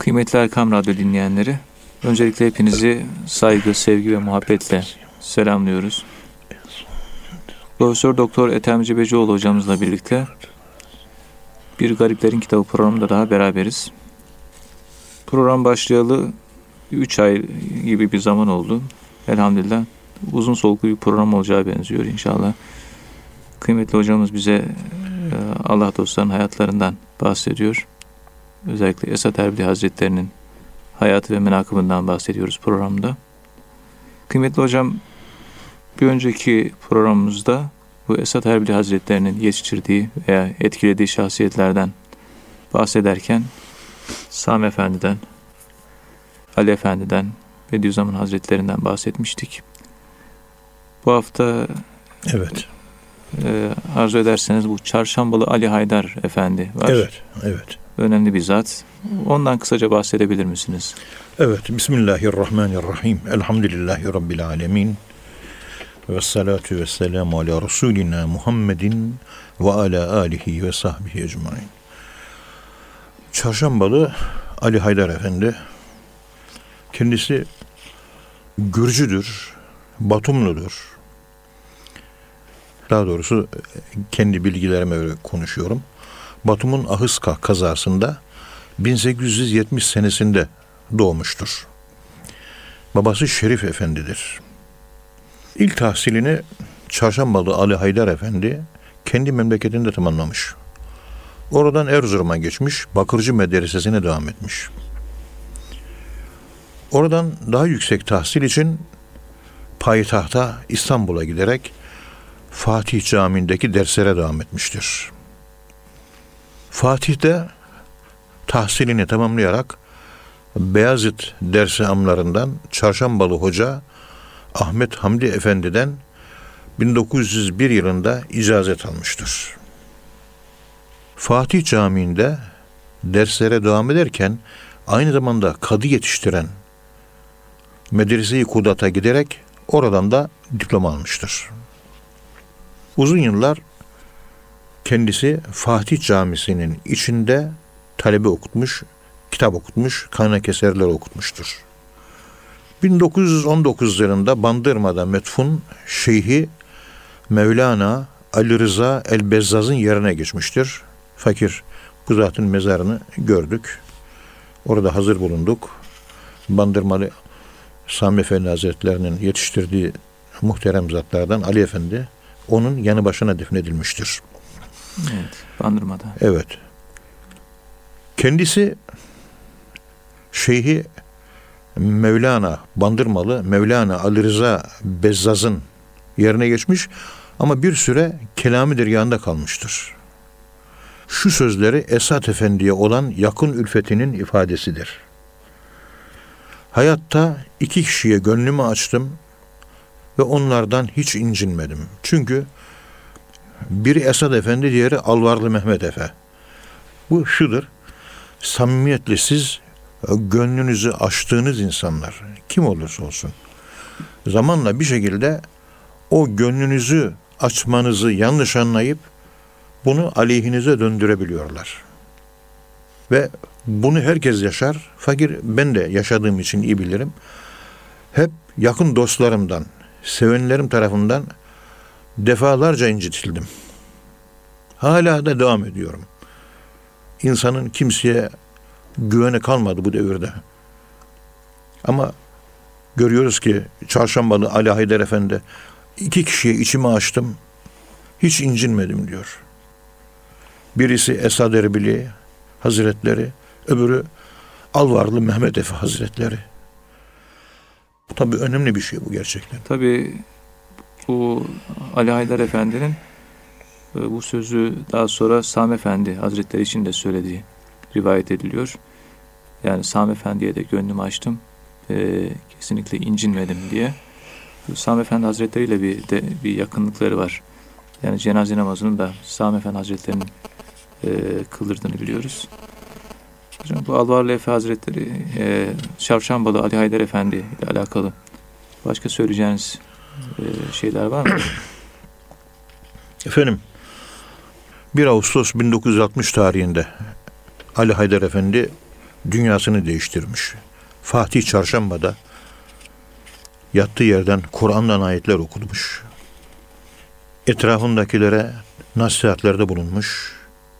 Kıymetli Erkam Radyo dinleyenleri, öncelikle hepinizi saygı, sevgi ve muhabbetle selamlıyoruz. Profesör Doktor Ethem Cebecioğlu hocamızla birlikte Bir Gariplerin Kitabı programında daha beraberiz. Program başlayalı 3 ay gibi bir zaman oldu. Elhamdülillah uzun soluklu bir program olacağı benziyor inşallah. Kıymetli hocamız bize Allah dostlarının hayatlarından bahsediyor. Özellikle Esad Erbili Hazretleri'nin hayatı ve menakıbından bahsediyoruz programda. Kıymetli hocam, bir önceki programımızda bu Esad Erbili Hazretleri'nin yetiştirdiği veya etkilediği şahsiyetlerden bahsederken Sami Efendi'den, Ali Efendi'den, Bediüzzaman Hazretleri'nden bahsetmiştik. Bu hafta arzu ederseniz bu Çarşambalı Ali Haydar Efendi var. Evet. Önemli bir zat. Ondan kısaca bahsedebilir misiniz? Evet. Bismillahirrahmanirrahim. Elhamdülillahi Rabbil alemin. Vessalatu vesselamu ala Resulina Muhammedin ve ala alihi ve sahbihi ecmain. Çarşambalı Ali Haydar Efendi, kendisi Gürcüdür, Batumludur. Daha doğrusu kendi bilgilerime göre konuşuyorum. Batum'un Ahıska kazasında 1870 senesinde doğmuştur. Babası Şerif Efendi'dir. İlk tahsilini Çarşambalı Ali Haydar Efendi kendi memleketinde tamamlamış. Oradan Erzurum'a geçmiş, Bakırcı Medresesi'ne devam etmiş. Oradan daha yüksek tahsil için payitahta İstanbul'a giderek Fatih Camii'ndeki derslere devam etmiştir. Fatih'te tahsilini tamamlayarak Beyazıt dersi amlarından Çarşambalı Hoca Ahmet Hamdi Efendi'den 1901 yılında icazet almıştır. Fatih Camii'nde derslere devam ederken aynı zamanda kadı yetiştiren Medrese-i Kudat'a giderek oradan da diploma almıştır. Uzun yıllar kendisi Fatih Camisi'nin içinde talebe okutmuş, kitap okutmuş, kaynak eserler okutmuştur. 1919 yılında Bandırma'da metfun Şeyhi Mevlana Ali Rıza el-Bezzaz'ın yerine geçmiştir. Fakir bu zatın mezarını gördük. Orada hazır bulunduk. Bandırmalı Sami Efendi Hazretleri'nin yetiştirdiği muhterem zatlardan Ali Efendi onun yanı başına defnedilmiştir. Evet, Bandırma'da. Evet. Kendisi Şeyhi Mevlana, Bandırmalı Mevlana Ali Rıza Bezzaz'ın yerine geçmiş ama bir süre Kelami Dergâhı'nda kalmıştır. Şu sözleri Esad Efendi'ye olan yakın ülfetinin ifadesidir. Hayatta 2 kişiye gönlümü açtım ve onlardan hiç incinmedim. Çünkü biri Esad Efendi, diğeri Alvarlı Mehmet Efe. Bu şudur: samimiyetle siz gönlünüzü açtığınız insanlar, kim olursa olsun, zamanla bir şekilde o gönlünüzü açmanızı yanlış anlayıp bunu aleyhinize döndürebiliyorlar. Ve bunu herkes yaşar. Fakir ben de yaşadığım için iyi bilirim. Hep yakın dostlarımdan, sevenlerim tarafından defalarca incitildim. Hala da devam ediyorum. İnsanın kimseye güveni kalmadı bu devirde. Ama görüyoruz ki Çarşambalı Ali Haydar Efendi 2 kişiye içimi açtım, hiç incinmedim diyor. Birisi Esad Erbili Hazretleri, öbürü Alvarlı Mehmet Efe Hazretleri. Bu tabii önemli bir şey bu gerçekten. Tabii bu Ali Haydar Efendi'nin bu sözü daha sonra Sami Efendi Hazretleri için de söylediği rivayet ediliyor. Yani Sami Efendi'ye de gönlümü açtım, kesinlikle incinmedim diye. Sami Efendi Hazretleri ile bir yakınlıkları var. Yani cenaze namazını da Sami Efendi Hazretleri'nin kıldırdığını biliyoruz. Hocam bu Alvarlı Efe Hazretleri, Çarşambalı Ali Haydar Efendi ile alakalı başka söyleyeceğiniz şeyler var mı? Efendim, 1 Ağustos 1960 tarihinde Ali Haydar Efendi dünyasını değiştirmiş. Fatih Çarşamba'da yattığı yerden Kur'an'dan ayetler okutmuş. Etrafındakilere nasihatlerde bulunmuş.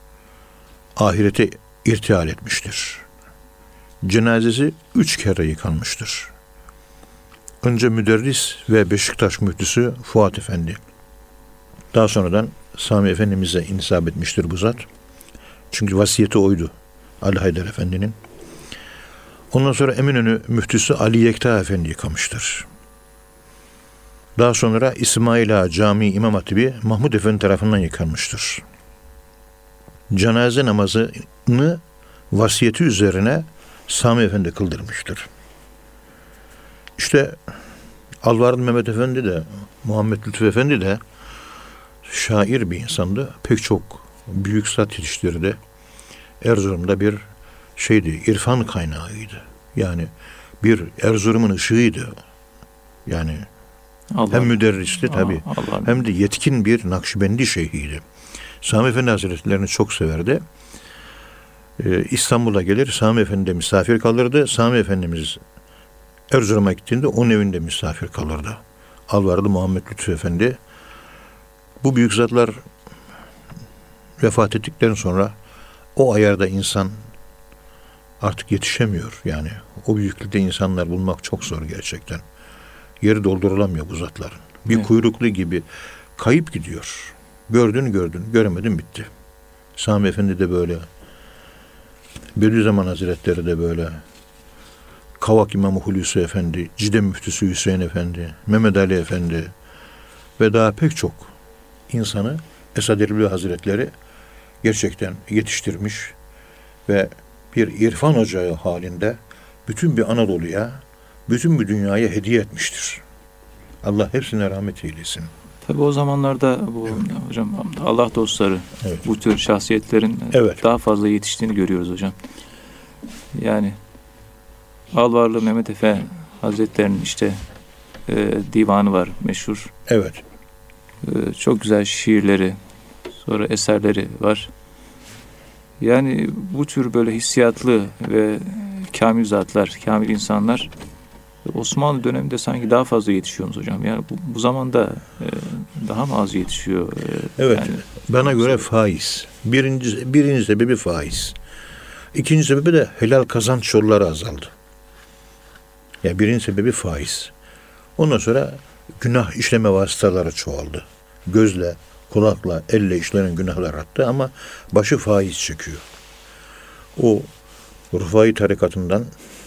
Ahirete irtihal etmiştir. Cenazesi 3 kere yıkanmıştır. Önce müderris ve Beşiktaş müftüsü Fuat Efendi. Daha sonradan Sami Efendimiz'e intisap etmiştir bu zat. Çünkü vasiyeti oydu Ali Haydar Efendi'nin. Ondan sonra Eminönü müftüsü Ali Yekta Efendi yıkamıştır. Daha sonra İsmail Ağa Camii İmam Hatibi Mahmud Efendi tarafından yıkanmıştır. Cenaze namazını vasiyeti üzerine Sami Efendi kıldırmıştır. İşte Alvarlı Mehmet Efendi de, Muhammed Lütfü Efendi de şair bir insandı. Pek çok büyük zat yetiştirdi. Erzurum'da bir irfan kaynağıydı. Yani bir Erzurum'un ışığıydı. Yani hem müderristi tabii, hem de yetkin bir Nakşibendi şeyhiydi. Sami Efendi Hazretlerini çok severdi. İstanbul'a gelir, Sami Efendi'de misafir kalırdı. Sami Efendimiz Erzurum'a gittiğinde onun evinde misafir kalırdı. Alvarlı Muhammed Lütfü Efendi. Bu büyük zatlar vefat ettikten sonra o ayarda insan artık yetişemiyor. Yani o büyüklükte insanlar bulmak çok zor gerçekten. Yeri doldurulamıyor bu zatların. Bir kuyruklu gibi kayıp gidiyor. Gördün, göremedin, bitti. Sami Efendi de böyle. Bediüzzaman Hazretleri de böyle. Kavak İmamı Hulusi Efendi, Cide Müftüsü Hüseyin Efendi, Mehmet Ali Efendi ve daha pek çok insanı Esad Erbil Hazretleri gerçekten yetiştirmiş ve bir irfan ocağı halinde bütün bir Anadolu'ya, bütün bir dünyaya hediye etmiştir. Allah hepsine rahmet eylesin. Tabii o zamanlarda bu hocam Allah dostları, bu tür şahsiyetlerin daha fazla yetiştiğini görüyoruz hocam. Yani Alvarlı Mehmet Efe Hazretleri'nin divanı var meşhur. Evet. Çok güzel şiirleri, sonra eserleri var. Yani bu tür böyle hissiyatlı ve kamil zatlar, kamil insanlar Osmanlı döneminde sanki daha fazla yetişiyoruz hocam. Yani bu zamanda daha mı az yetişiyor? Evet. Yani, bana göre faiz. Birinci sebebi faiz. İkinci sebebi de helal kazanç yolları azaldı. Yani birinci sebebi faiz. Ondan sonra günah işleme vasıtaları çoğaldı. Gözle, kulakla, elle işlenen günahlar arttı ama başı faiz çekiyor. O Rufai tarikatından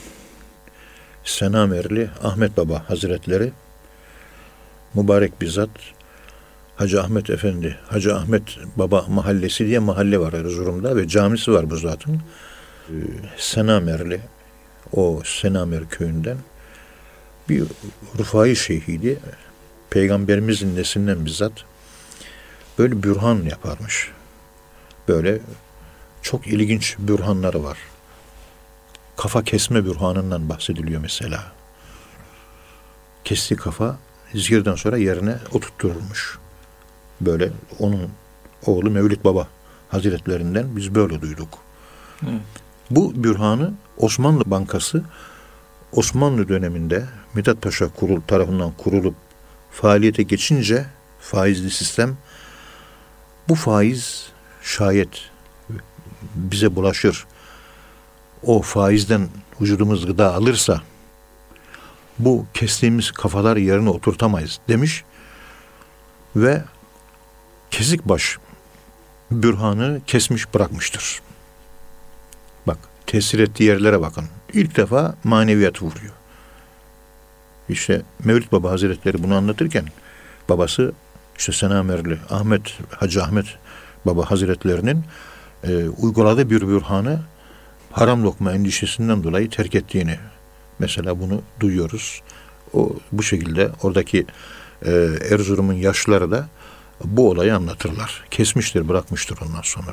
Senamerli Ahmet Baba Hazretleri mübarek bir zat, Hacı Ahmet Efendi, Hacı Ahmet Baba Mahallesi diye mahalle var Erzurum'da ve camisi var bu zatın. Senamerli, o Senamer köyünden bir Rufai şeyhiydi. Peygamberimizin neslinden bir zat. Böyle bürhan yaparmış. Böyle çok ilginç bürhanları var. Kafa kesme bürhanından bahsediliyor mesela. Kestiği kafa zikirden sonra yerine oturtturulmuş. Böyle onun oğlu Mevlid Baba Hazretlerinden biz böyle duyduk. Evet. Bu bürhanı Osmanlı Bankası Osmanlı döneminde Mithat Paşa tarafından kurulup faaliyete geçince faizli sistem, bu faiz şayet bize bulaşır, o faizden vücudumuz gıda alırsa bu kestiğimiz kafalar yerine oturtamayız demiş ve kesik baş bürhanı kesmiş bırakmıştır. Bak, tesir ettiği yerlere bakın. İlk defa maneviyat vuruyor. İşte Mevlid Baba Hazretleri bunu anlatırken babası Senamerli Hacı Ahmet Baba Hazretlerinin uyguladığı bir bürhanı haram lokma endişesinden dolayı terk ettiğini mesela bunu duyuyoruz. Bu şekilde oradaki Erzurum'un yaşlıları da bu olayı anlatırlar. Kesmiştir, bırakmıştır ondan sonra.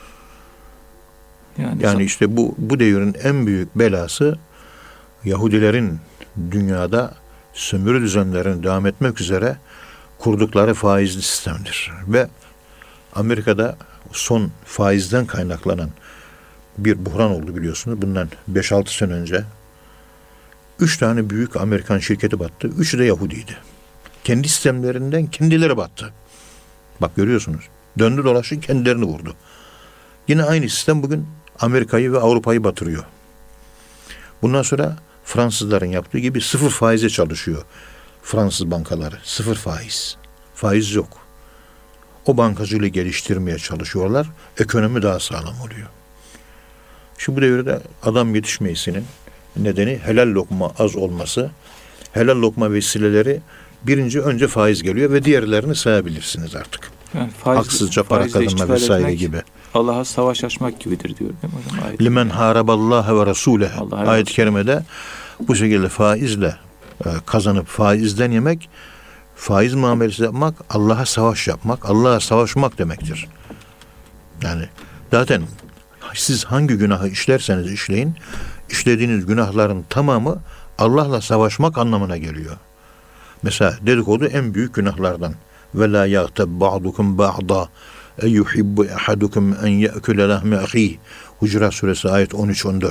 Yani işte bu devrin en büyük belası Yahudilerin dünyada sömürü düzenlerini devam etmek üzere kurdukları faizli sistemdir. Ve Amerika'da son faizden kaynaklanan bir buhran oldu biliyorsunuz. Bundan 5-6 sene önce 3 tane büyük Amerikan şirketi battı. 3'ü de Yahudiydi. Kendi sistemlerinden kendileri battı. Bak görüyorsunuz. Döndü dolaştı kendilerini vurdu. Yine aynı sistem bugün Amerika'yı ve Avrupa'yı batırıyor. Bundan sonra Fransızların yaptığı gibi sıfır faize çalışıyor Fransız bankaları. Sıfır faiz. Faiz yok. O bankacılığı geliştirmeye çalışıyorlar. Ekonomi daha sağlam oluyor. Şu bu devirde adam yetişmeyisinin nedeni helal lokma az olması. Helal lokma vesileleri önce faiz geliyor ve diğerlerini sayabilirsiniz artık. Yani haksızca para kazanma vesaire gibi. Allah'a savaş açmak gibidir diyor değil mi hocam? Limen haraballaha ve rasûleh. Ayet-i kerimede bu şekilde faizle kazanıp faizden yemek, faiz muamelesi yapmak, Allah'a savaş yapmak, Allah'a savaşmak demektir. Yani zaten siz hangi günahı işlerseniz işleyin, işlediğiniz günahların tamamı Allah'la savaşmak anlamına geliyor. Mesela dedikodu en büyük günahlardan. Ve la yagtab ba'dukum ba'da yuhibbu ahadukum en ya'kula lahme ahihi. Hucurat suresi ayet 13-14.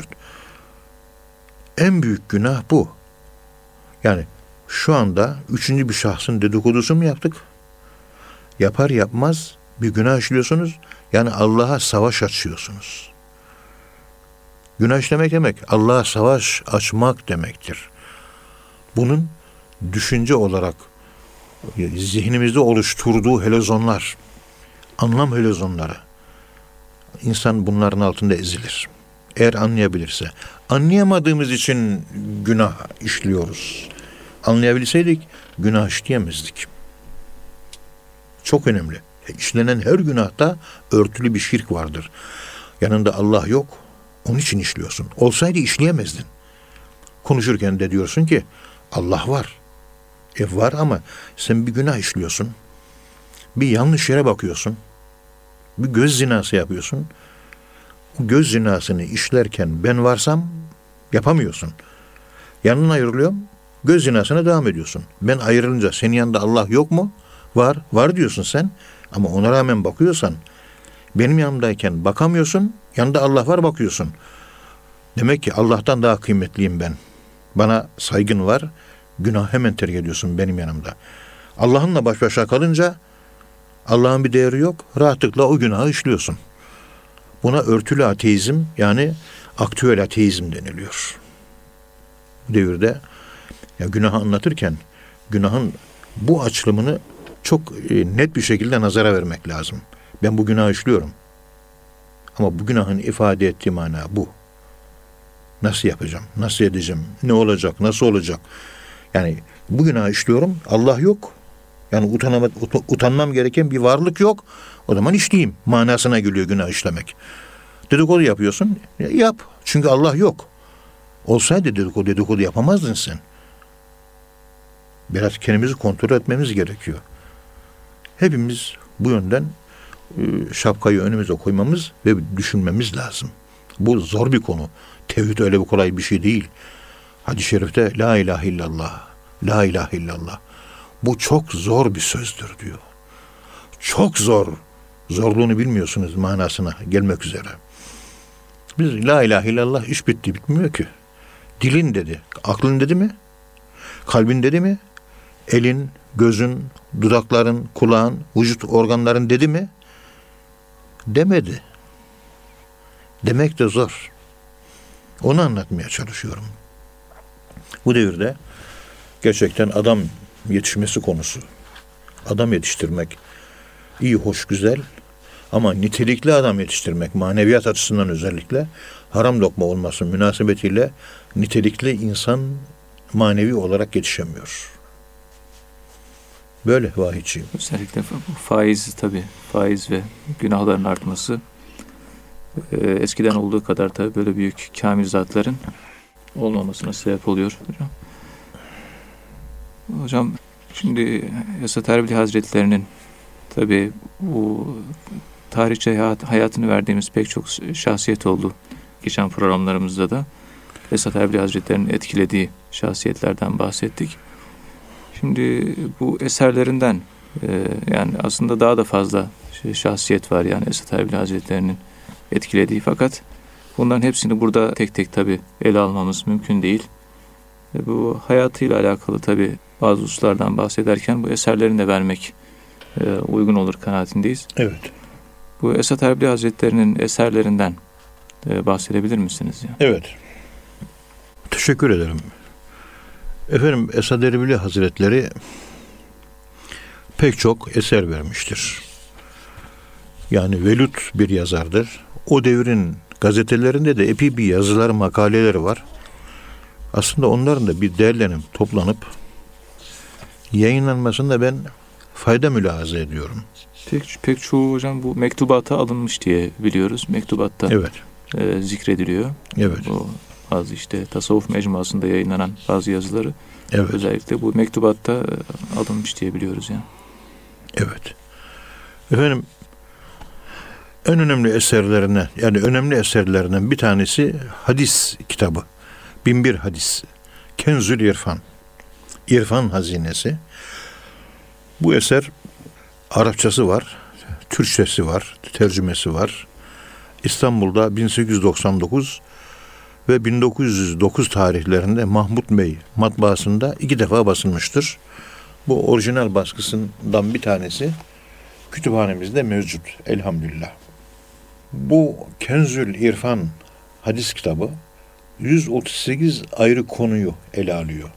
En büyük günah bu. Yani şu anda üçüncü bir şahsın dedikodusu mu yaptık? Yapar yapmaz bir günah işliyorsunuz. Yani Allah'a savaş açıyorsunuz. Günah işlemek demek Allah'a savaş açmak demektir. Bunun düşünce olarak zihnimizde oluşturduğu helezonlar, anlam helezonları, insan bunların altında ezilir. Eğer anlayabilirse. Anlayamadığımız için günah işliyoruz. Anlayabilseydik günah işleyemezdik. Çok önemli. İşlenen her günahta örtülü bir şirk vardır. Yanında Allah yok, onun için işliyorsun. Olsaydı işleyemezdin. Konuşurken de diyorsun ki Allah var. Var ama sen bir günah işliyorsun. Bir yanlış yere bakıyorsun. Bir göz zinası yapıyorsun. O göz zinasını işlerken ben varsam yapamıyorsun. Yanına ayrılıyorum. Göz zinasına devam ediyorsun. Ben ayrılınca senin yanında Allah yok mu? Var. Var diyorsun sen. Ama ona rağmen bakıyorsan benim yanımdayken bakamıyorsun. Yanında Allah var bakıyorsun. Demek ki Allah'tan daha kıymetliyim ben. Bana saygın var. Günah hemen terk ediyorsun benim yanımda. Allah'ınla baş başa kalınca Allah'ın bir değeri yok. Rahatlıkla o günahı işliyorsun. Buna örtülü ateizm yani aktüel ateizm deniliyor. Bu devirde ya günahı anlatırken günahın bu açılımını çok net bir şekilde nazara vermek lazım. Ben bu günahı işliyorum. Ama bu günahın ifade ettiği mana bu. Nasıl yapacağım? Nasıl edeceğim? Ne olacak? Nasıl olacak? Yani bu günahı işliyorum. Allah yok. Yani utanmam gereken bir varlık yok. O zaman işleyeyim. Manasına geliyor günah işlemek. Dedikodu yapıyorsun. Yap. Çünkü Allah yok. Olsaydı dedikodu yapamazdın sen. Biraz kendimizi kontrol etmemiz gerekiyor. Hepimiz bu yönden şapkayı önümüze koymamız ve düşünmemiz lazım. Bu zor bir konu. Tevhid öyle bir kolay bir şey değil. Hadis-i şerifte la ilahe illallah, la ilahe illallah. Bu çok zor bir sözdür diyor. Çok zor. Zorluğunu bilmiyorsunuz manasına gelmek üzere. Biz la ilahe illallah iş bitti bitmiyor ki. Dilin dedi. Aklın dedi mi? Kalbin dedi mi? Elin, gözün, dudakların, kulağın, vücut organların dedi mi? Demedi. Demek de zor. Onu anlatmaya çalışıyorum. Bu devirde gerçekten adam yetişmesi konusu. Adam yetiştirmek iyi, hoş, güzel ama nitelikli adam yetiştirmek, maneviyat açısından özellikle haram lokma olması münasebetiyle nitelikli insan manevi olarak yetişemiyor. Böyle vahiyçiyim. Özellikle faiz tabii. Faiz ve günahların artması eskiden olduğu kadar tabii böyle büyük kamil zatların olmamasına sebep oluyor hocam. Hocam şimdi Esad Erbil Hazretlerinin tabii bu tarihçe hayatını verdiğimiz pek çok şahsiyet oldu. Geçen programlarımızda da Esad Erbil Hazretlerinin etkilediği şahsiyetlerden bahsettik. Şimdi bu eserlerinden yani aslında daha da fazla şahsiyet var yani Esad Erbil Hazretlerinin etkilediği fakat Bunların hepsini burada tek tek tabii ele almamız mümkün değil. Bu hayatıyla alakalı tabii bazı hususlardan bahsederken bu eserlerini de vermek uygun olur kanaatindeyiz. Evet. Bu Esad Erbil Hazretleri'nin eserlerinden bahsedebilir misiniz? Evet. Teşekkür ederim. Efendim, Esad Erbil Hazretleri pek çok eser vermiştir. Yani velut bir yazardır. O devrin gazetelerinde de epey bir yazılar, makaleleri var. Aslında onların da bir derlenip toplanıp yayınlanmasında ben fayda mülahaza ediyorum. Pek çoğu hocam bu mektubata alınmış diye biliyoruz. Mektubatta Evet. Zikrediliyor. Evet. Bu bazı işte tasavvuf mecmuasında yayınlanan bazı yazıları Evet. özellikle bu mektubatta alınmış diye biliyoruz yani. Evet. Efendim, en önemli eserlerine, yani önemli eserlerinden bir tanesi hadis kitabı. 1001 hadis. Kenzül İrfan. İrfan hazinesi. Bu eser Arapçası var, Türkçesi var, tercümesi var. İstanbul'da 1899 ve 1909 tarihlerinde Mahmut Bey matbaasında 2 defa basılmıştır. Bu orijinal baskısından bir tanesi kütüphanemizde mevcut elhamdülillah. Bu Kenzül İrfan hadis kitabı 138 ayrı konuyu ele alıyor.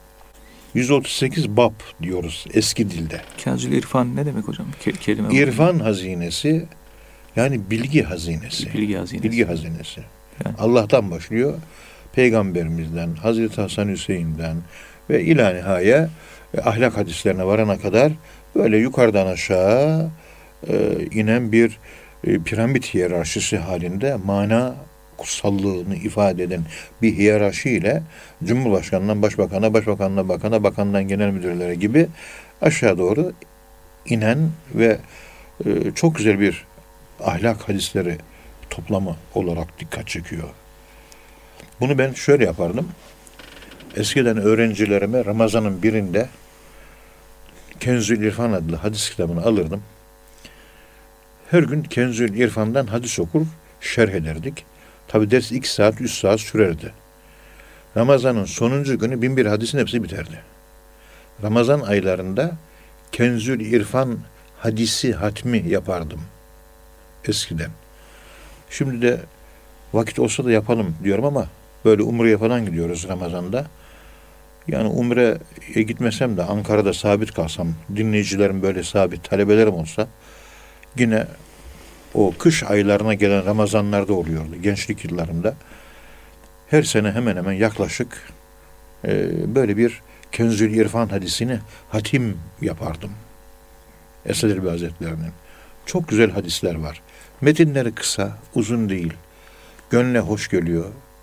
138 bab diyoruz eski dilde. Kenzül İrfan ne demek hocam? Kelime İrfan hazinesi, yani bilgi hazinesi. Bilgi hazinesi. Bilgi hazinesi. Yani. Allah'tan başlıyor. Peygamberimizden, Hazreti Hasan Hüseyin'den ve ila nihaya ahlak hadislerine varana kadar böyle yukarıdan aşağı inen bir piramit hiyerarşisi halinde mana kutsallığını ifade eden bir hiyerarşi ile Cumhurbaşkanından Başbakan'a, Başbakan'dan Bakan'a, Bakan'dan genel müdürlere gibi aşağı doğru inen ve çok güzel bir ahlak hadisleri toplamı olarak dikkat çekiyor. Bunu ben şöyle yapardım. Eskiden öğrencilerime Ramazan'ın birinde Kenzül İrfan adlı hadis kitabını alırdım. Her gün Kenzül İrfan'dan hadis okur, şerh ederdik. Tabi ders 2 saat, 3 saat sürerdi. Ramazan'ın sonuncu günü 1001 hadisin hepsi biterdi. Ramazan aylarında Kenzül İrfan hadisi hatmi yapardım eskiden. Şimdi de vakit olsa da yapalım diyorum ama böyle Umre'ye falan gidiyoruz Ramazan'da. Yani Umre'ye gitmesem de Ankara'da sabit kalsam, dinleyicilerim böyle sabit, talebelerim olsa yine o kış aylarına gelen Ramazanlarda oluyordu gençlik yıllarımda. Her sene hemen hemen yaklaşık böyle bir Kenzül İrfan hadisini hatim yapardım. Esad Erbil Hazretleri'nin. Çok güzel hadisler var. Metinleri kısa, uzun değil. Gönle hoş geliyor.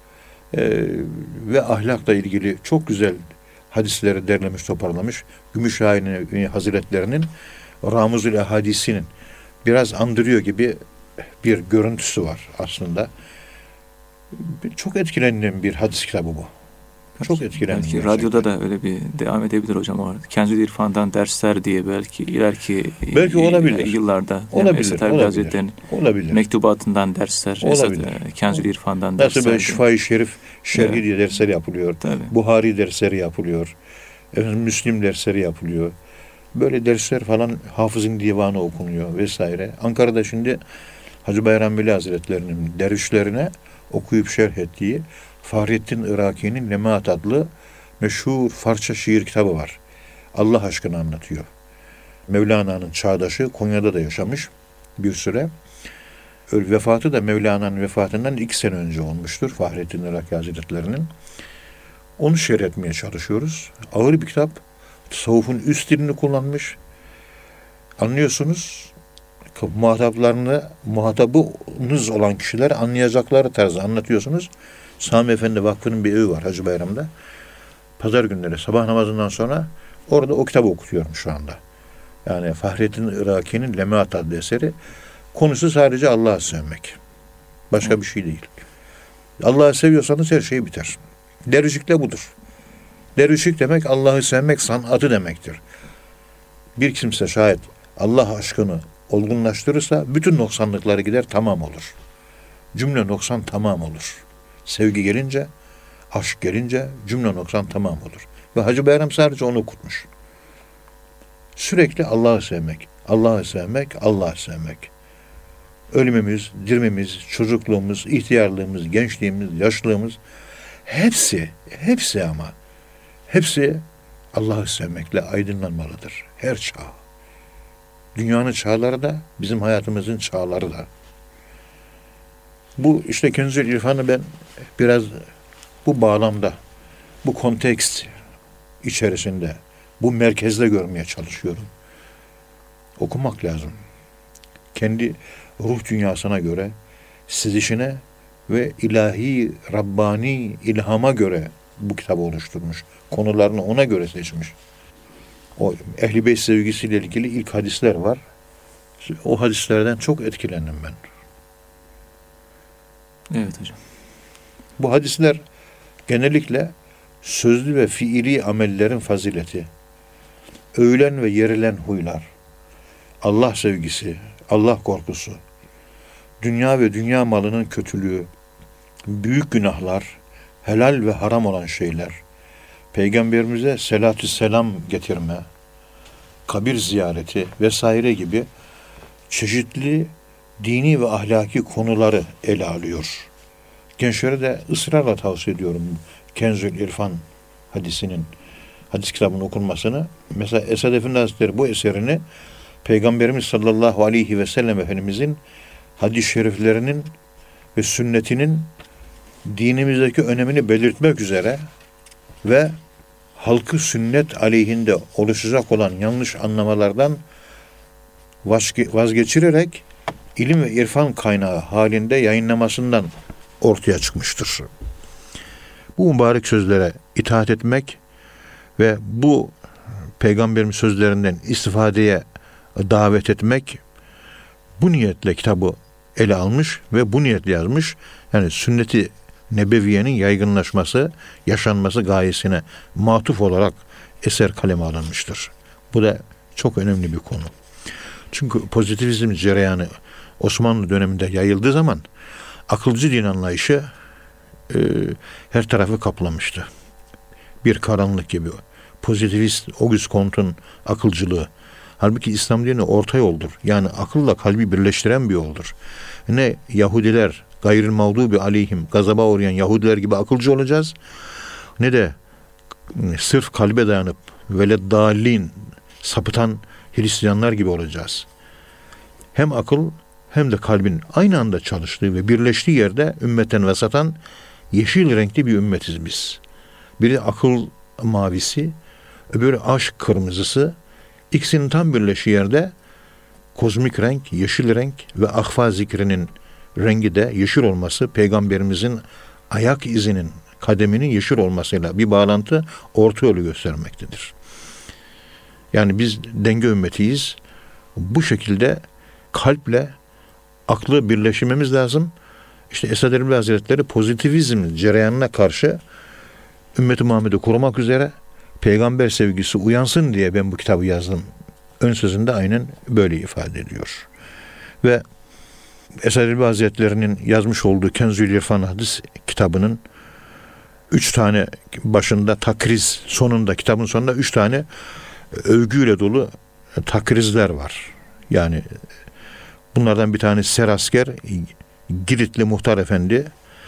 Ve ahlakla ilgili çok güzel hadisleri derlemiş, toparlamış. Gümüşhane Hazretlerinin Ramuzul Ehadisinin biraz andırıyor gibi bir görüntüsü var aslında. Çok etkilenen bir hadis kitabı bu. Çok etkilendim. Belki gerçekten. radyoda da öyle bir devam edebilir hocam. O Kenzül İrfan'dan dersler diye belki ileriki Belki olabilir. Yıllarda Olabilir, Esad Erbil olabilir. Hazretleri'nin Olabilir. mektubatından dersler, Olabilir. Kenzül İrfan'dan Nasıl dersler. böyle Şifa-i Şerif şerhi Evet. diye dersler yapılıyor. Tabii. Buhari dersleri yapılıyor. Müslim dersleri yapılıyor. Böyle dersler falan Hafız'ın divanı okunuyor vesaire. Ankara'da şimdi Hacı Bayram Veli Hazretleri'nin dervişlerine okuyup şerh ettiği Fahrettin Iraki'nin Lemaat adlı meşhur Farsça şiir kitabı var. Allah aşkına anlatıyor. Mevlana'nın çağdaşı, Konya'da da yaşamış bir süre. Vefatı da Mevlana'nın vefatından 2 sene önce olmuştur Fahrettin Iraki Hazretleri'nin. Onu şerh etmeye çalışıyoruz. Ağır bir kitap. Tasavvufun üst dilini kullanmış. Anlıyorsunuz, muhatabınız olan kişiler anlayacakları tarzı anlatıyorsunuz. Sami Efendi Vakfı'nın bir evi var Hacı Bayram'da. Pazar günleri sabah namazından sonra orada o kitabı okutuyorum şu anda. Yani Fahrettin Iraki'nin Lemaat adlı eseri. Konusu sadece Allah'ı sevmek. Başka bir şey değil. Allah'ı seviyorsanız her şey biter. Dervişlik de budur. Dervişlik demek Allah'ı sevmek sanatı demektir. Bir kimse şayet Allah aşkını olgunlaştırırsa bütün noksanlıkları gider, tamam olur. Cümle noksan tamam olur. Sevgi gelince, aşk gelince cümle noksan tamam olur. Ve Hacı Bayram sadece onu okutmuş. Sürekli Allah'ı sevmek, Allah'ı sevmek, Allah'ı sevmek. Ölümümüz, dirmemiz, çocukluğumuz, ihtiyarlığımız, gençliğimiz, yaşlılığımız hepsi Allah'ı sevmekle aydınlanmalıdır. Her çağ. Dünyanın çağları da, bizim hayatımızın çağları da. Bu işte Kenzül İrfan'ı ben biraz bu bağlamda, bu kontekst içerisinde, bu merkezde görmeye çalışıyorum. Okumak lazım. Kendi ruh dünyasına göre, sezişine ve ilahi, Rabbani ilhama göre bu kitabı oluşturmuş. Konularını ona göre seçmiş. O Ehl-i Beyt sevgisiyle ilgili ilk hadisler var. O hadislerden çok etkilendim ben. Evet hocam. Bu hadisler genellikle sözlü ve fiili amellerin fazileti, övülen ve yerilen huylar, Allah sevgisi, Allah korkusu, dünya ve dünya malının kötülüğü, büyük günahlar, helal ve haram olan şeyler, Peygamberimize selatü selam getirme, kabir ziyareti vesaire gibi çeşitli dini ve ahlaki konuları ele alıyor. Gençlere de ısrarla tavsiye ediyorum Kenzül İrfan hadis kitabının okunmasını. Mesela Esad Efendi Hazretleri bu eserini Peygamberimiz sallallahu aleyhi ve sellem Efendimizin hadis-i şeriflerinin ve sünnetinin dinimizdeki önemini belirtmek üzere ve halkı sünnet aleyhinde oluşacak olan yanlış anlamalardan vazgeçirerek ilim ve irfan kaynağı halinde yayınlamasından ortaya çıkmıştır. Bu mübarek sözlere itaat etmek ve bu Peygamberimiz sözlerinden istifadeye davet etmek, bu niyetle kitabı ele almış ve bu niyetle yazmış. Yani sünnet-i nebeviyenin yaygınlaşması, yaşanması gayesine matuf olarak eser kaleme alınmıştır. Bu da çok önemli bir konu. Çünkü pozitivizm cereyanı Osmanlı döneminde yayıldığı zaman akılcı din anlayışı her tarafı kaplamıştı. Bir karanlık gibi. Pozitivist Auguste Comte'un akılcılığı. Halbuki İslam dini orta yoldur. Yani akılla kalbi birleştiren bir yoldur. Ne Yahudiler, gayril mağdubi aleyhim, gazaba uğrayan Yahudiler gibi akılcı olacağız, ne de sırf kalbe dayanıp veleddallin, sapıtan Hristiyanlar gibi olacağız. Hem akıl hem de kalbin aynı anda çalıştığı ve birleştiği yerde ümmeten vesatan yeşil renkli bir ümmetiz biz. Biri akıl mavisi, öbürü aşk kırmızısı. İkisinin tam birleştiği yerde kozmik renk, yeşil renk ve ahfa zikrinin rengi de yeşil olması, Peygamberimizin ayak izinin, kademinin yeşil olmasıyla bir bağlantı orta yolu göstermektedir. Yani biz denge ümmetiyiz. Bu şekilde kalple aklı birleştirmemiz lazım. İşte Esad Erbil Hazretleri pozitivizm cereyanına karşı ümmeti Muhammed'i korumak üzere peygamber sevgisi uyansın diye ben bu kitabı yazdım. Ön sözünde aynen böyle ifade ediyor. Ve Esad Erbil Hazretleri'nin yazmış olduğu Kenzül İrfan hadis kitabının 3 tane başında takriz, sonunda kitabın sonunda 3 tane övgüyle dolu takrizler var. Yani bunlardan bir tanesi Serasker Giritli Muhtar Efendi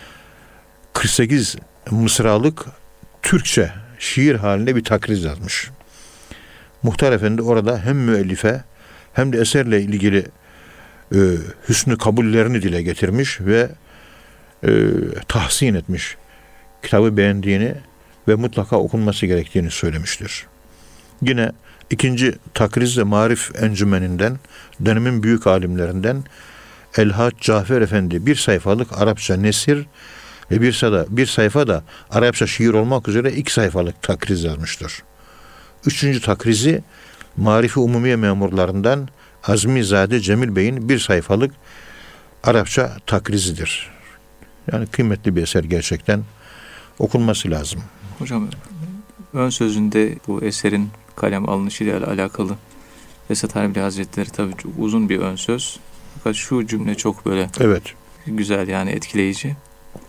48 mısralık Türkçe şiir halinde bir takriz yazmış. Muhtar Efendi orada hem müellife hem de eserle ilgili hüsnü kabullerini dile getirmiş ve tahsin etmiş. Kitabı beğendiğini ve mutlaka okunması gerektiğini söylemiştir. Yine ikinci takriz de Marif Encümeninden, dönemin büyük alimlerinden Elhac Cafer Efendi bir sayfalık Arapça nesir ve bir sayfa da Arapça şiir olmak üzere 2 sayfalık takriz yazmıştır. Üçüncü takrizi Marifi Umumiye memurlarından Azmizade Cemil Bey'in 1 sayfalık Arapça takrizidir. Yani kıymetli bir eser gerçekten, okunması lazım. Hocam ön sözünde bu eserin kalem alınışıyla alakalı Esad Erbil Hazretleri tabii çok uzun bir ön söz. Fakat şu cümle çok böyle evet, güzel, yani etkileyici.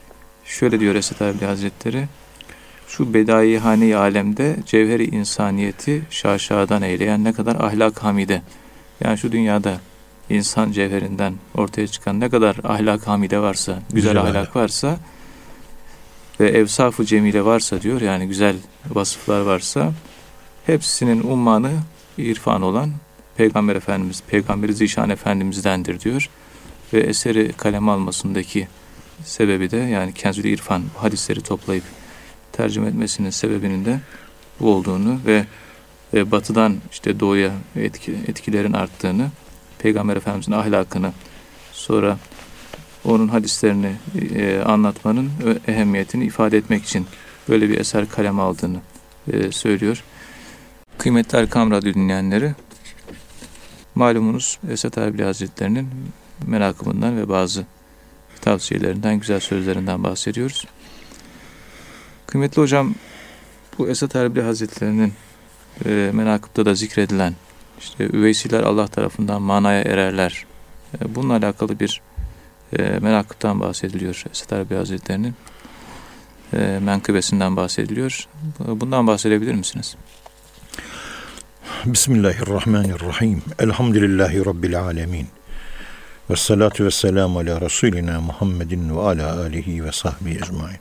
Şöyle diyor Esat Erbil Hazretleri: şu bedai-hane-i alemde cevheri insaniyeti şaşadan eyleyen ne kadar ahlak hamide. Yani şu dünyada insan cevherinden ortaya çıkan ne kadar ahlak hamide varsa, güzel ahlak varsa ve evsaf-ı cemile varsa diyor, yani güzel vasıflar varsa, hepsinin ummanı irfan olan Peygamber Efendimiz, Peygamber-i Zişan Efendimiz'dendir diyor. Ve eseri kaleme almasındaki sebebi de, yani Kenzül İrfan hadisleri toplayıp tercüme etmesinin sebebinin de bu olduğunu ve batıdan işte doğuya etkilerin arttığını, Peygamber Efendimiz'in ahlakını, sonra onun hadislerini anlatmanın ehemmiyetini ifade etmek için böyle bir eser kaleme aldığını söylüyor. Kıymetli Erkam Radyo dinleyenleri, malumunuz Esat Erbil Hazretleri'nin menakımından ve bazı tavsiyelerinden, güzel sözlerinden bahsediyoruz. Kıymetli hocam, bu Esat Erbil Hazretleri'nin menakıpta da zikredilen işte üveysiler Allah tarafından manaya ererler, bununla alakalı bir menakıptan bahsediliyor. Esat Erbil Hazretleri'nin menkıbesinden bahsediliyor. Bundan bahsedebilir misiniz? Bismillahirrahmanirrahim. Elhamdülillahi Rabbil alemin. Ve salatu ve selamu ala Resulina Muhammedin ve ala alihi ve sahbihi ecmain.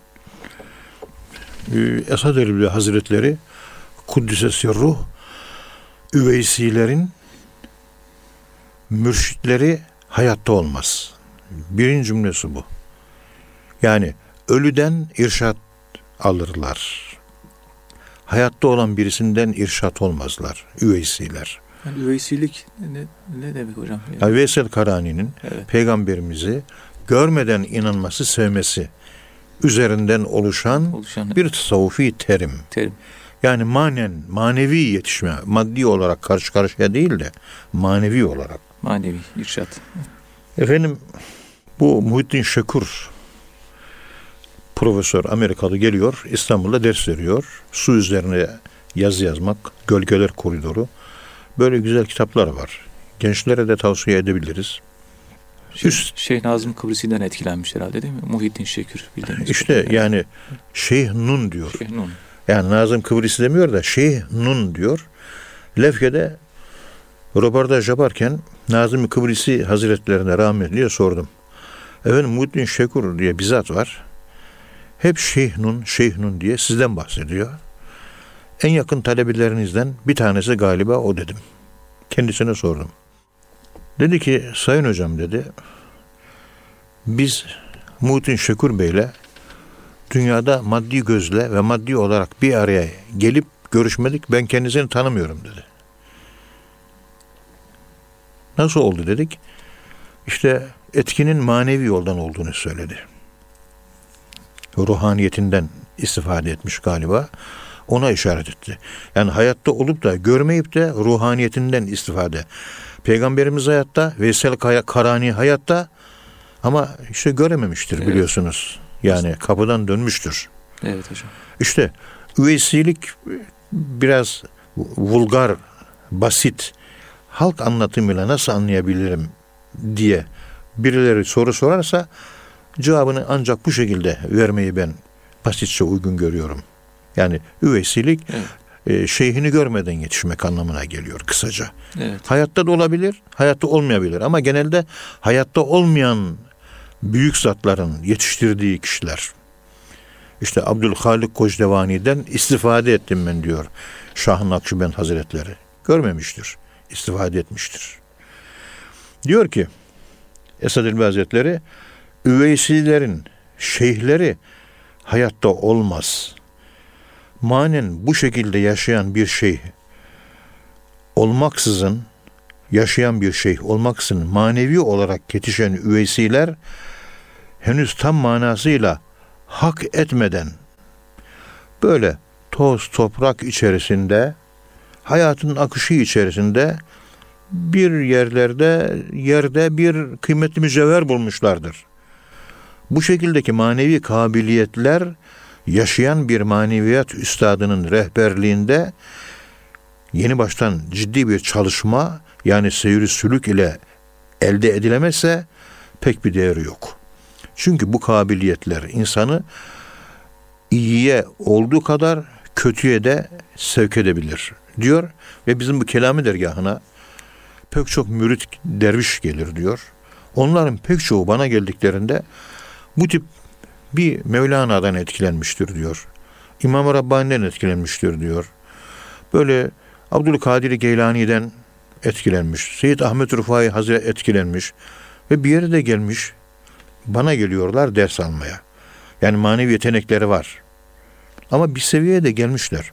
Esad Erbil Hazretleri Kuddise Sirruh, üveysilerin mürşitleri hayatta olmaz. Birinci cümlesi bu. Yani ölüden irşat alırlar. Hayatta olan birisinden irşat olmazlar. Üveysiler. Yani üveysilik ne demek hocam? Yani Veysel Karani'nin evet, Peygamberimizi görmeden inanması, sevmesi üzerinden oluşan bir tasavvufi terim. Yani manevi yetişme, maddi olarak karşı karşıya değil de manevi olarak. Manevi irşat. Efendim, bu Muhittin Şekur profesör Amerikalı geliyor, İstanbul'da ders veriyor. Su üzerine yazı yazmak, Gölgeler Koridoru. Böyle güzel kitaplar var. Gençlere de tavsiye edebiliriz. Şeyh Nazım Kıbrıs'ından etkilenmiş herhalde, değil mi? Muhittin Şekur bildiğimiz. İşte yani Şeyh Nun diyor. Şeyh Nun. Yani Nazım Kıbrıs demiyor da Şeyh Nun diyor. Lefke'de röportaj yaparken Nazım Kıbrıs Hazretlerine rahmetliye sordum. Efendim, Muhittin Şekur diye bir zat var. Hep Şeyh Nun diye sizden bahsediyor. En yakın talebelerinizden bir tanesi galiba o dedim. Kendisine sordum. Dedi ki, sayın hocam dedi, biz Muhittin Şekur Bey'le dünyada maddi gözle ve maddi olarak bir araya gelip görüşmedik. Ben kendisini tanımıyorum dedi. Nasıl oldu dedik. İşte etkinin manevi yoldan olduğunu söyledi. Ruhaniyetinden istifade etmiş galiba. Ona işaret etti. Yani hayatta olup da görmeyip de ruhaniyetinden istifade. Peygamberimiz hayatta, Veysel Karani hayatta ama işte görememiştir, evet, biliyorsunuz. Yani kapıdan dönmüştür. Evet hocam. İşte üveysilik biraz vulgar, basit, halk anlatımıyla nasıl anlayabilirim diye birileri soru sorarsa cevabını ancak bu şekilde vermeyi ben basitçe uygun görüyorum. Yani üveysilik, evet, şeyhini görmeden yetişmek anlamına geliyor kısaca. Evet. Hayatta da olabilir, hayatta olmayabilir ama genelde hayatta olmayan büyük zatların yetiştirdiği kişiler. İşte Abdülhalik Kocdevani'den istifade ettim ben diyor Şah-ı Nakşibend Hazretleri. Görmemiştir, istifade etmiştir. Diyor ki Esad Erbil Hazretleri, üveysilerin şeyhleri hayatta olmaz. Manen bu şekilde yaşayan bir şeyh olmaksızın, manevi olarak yetişen üveysiler henüz tam manasıyla hak etmeden böyle toz toprak içerisinde, hayatın akışı içerisinde bir yerde bir kıymetli mücevher bulmuşlardır. Bu şekildeki manevi kabiliyetler yaşayan bir maneviyat üstadının rehberliğinde yeni baştan ciddi bir çalışma, yani seyir-i sülük ile elde edilemezse pek bir değeri yok. Çünkü bu kabiliyetler insanı iyiye olduğu kadar kötüye de sevk edebilir diyor. Ve bizim bu Kelami dergahına pek çok mürit derviş gelir diyor. Onların pek çoğu bana geldiklerinde bu tip bir Mevlana'dan etkilenmiştir diyor. İmam-ı Rabbani'den etkilenmiştir diyor. Böyle Abdülkadir Geylani'den etkilenmiş. Seyyid Ahmet Rufai Hazretleri etkilenmiş. Ve bir yere de gelmiş. Bana geliyorlar ders almaya. Yani manevi yetenekleri var. Ama bir seviyeye de gelmişler.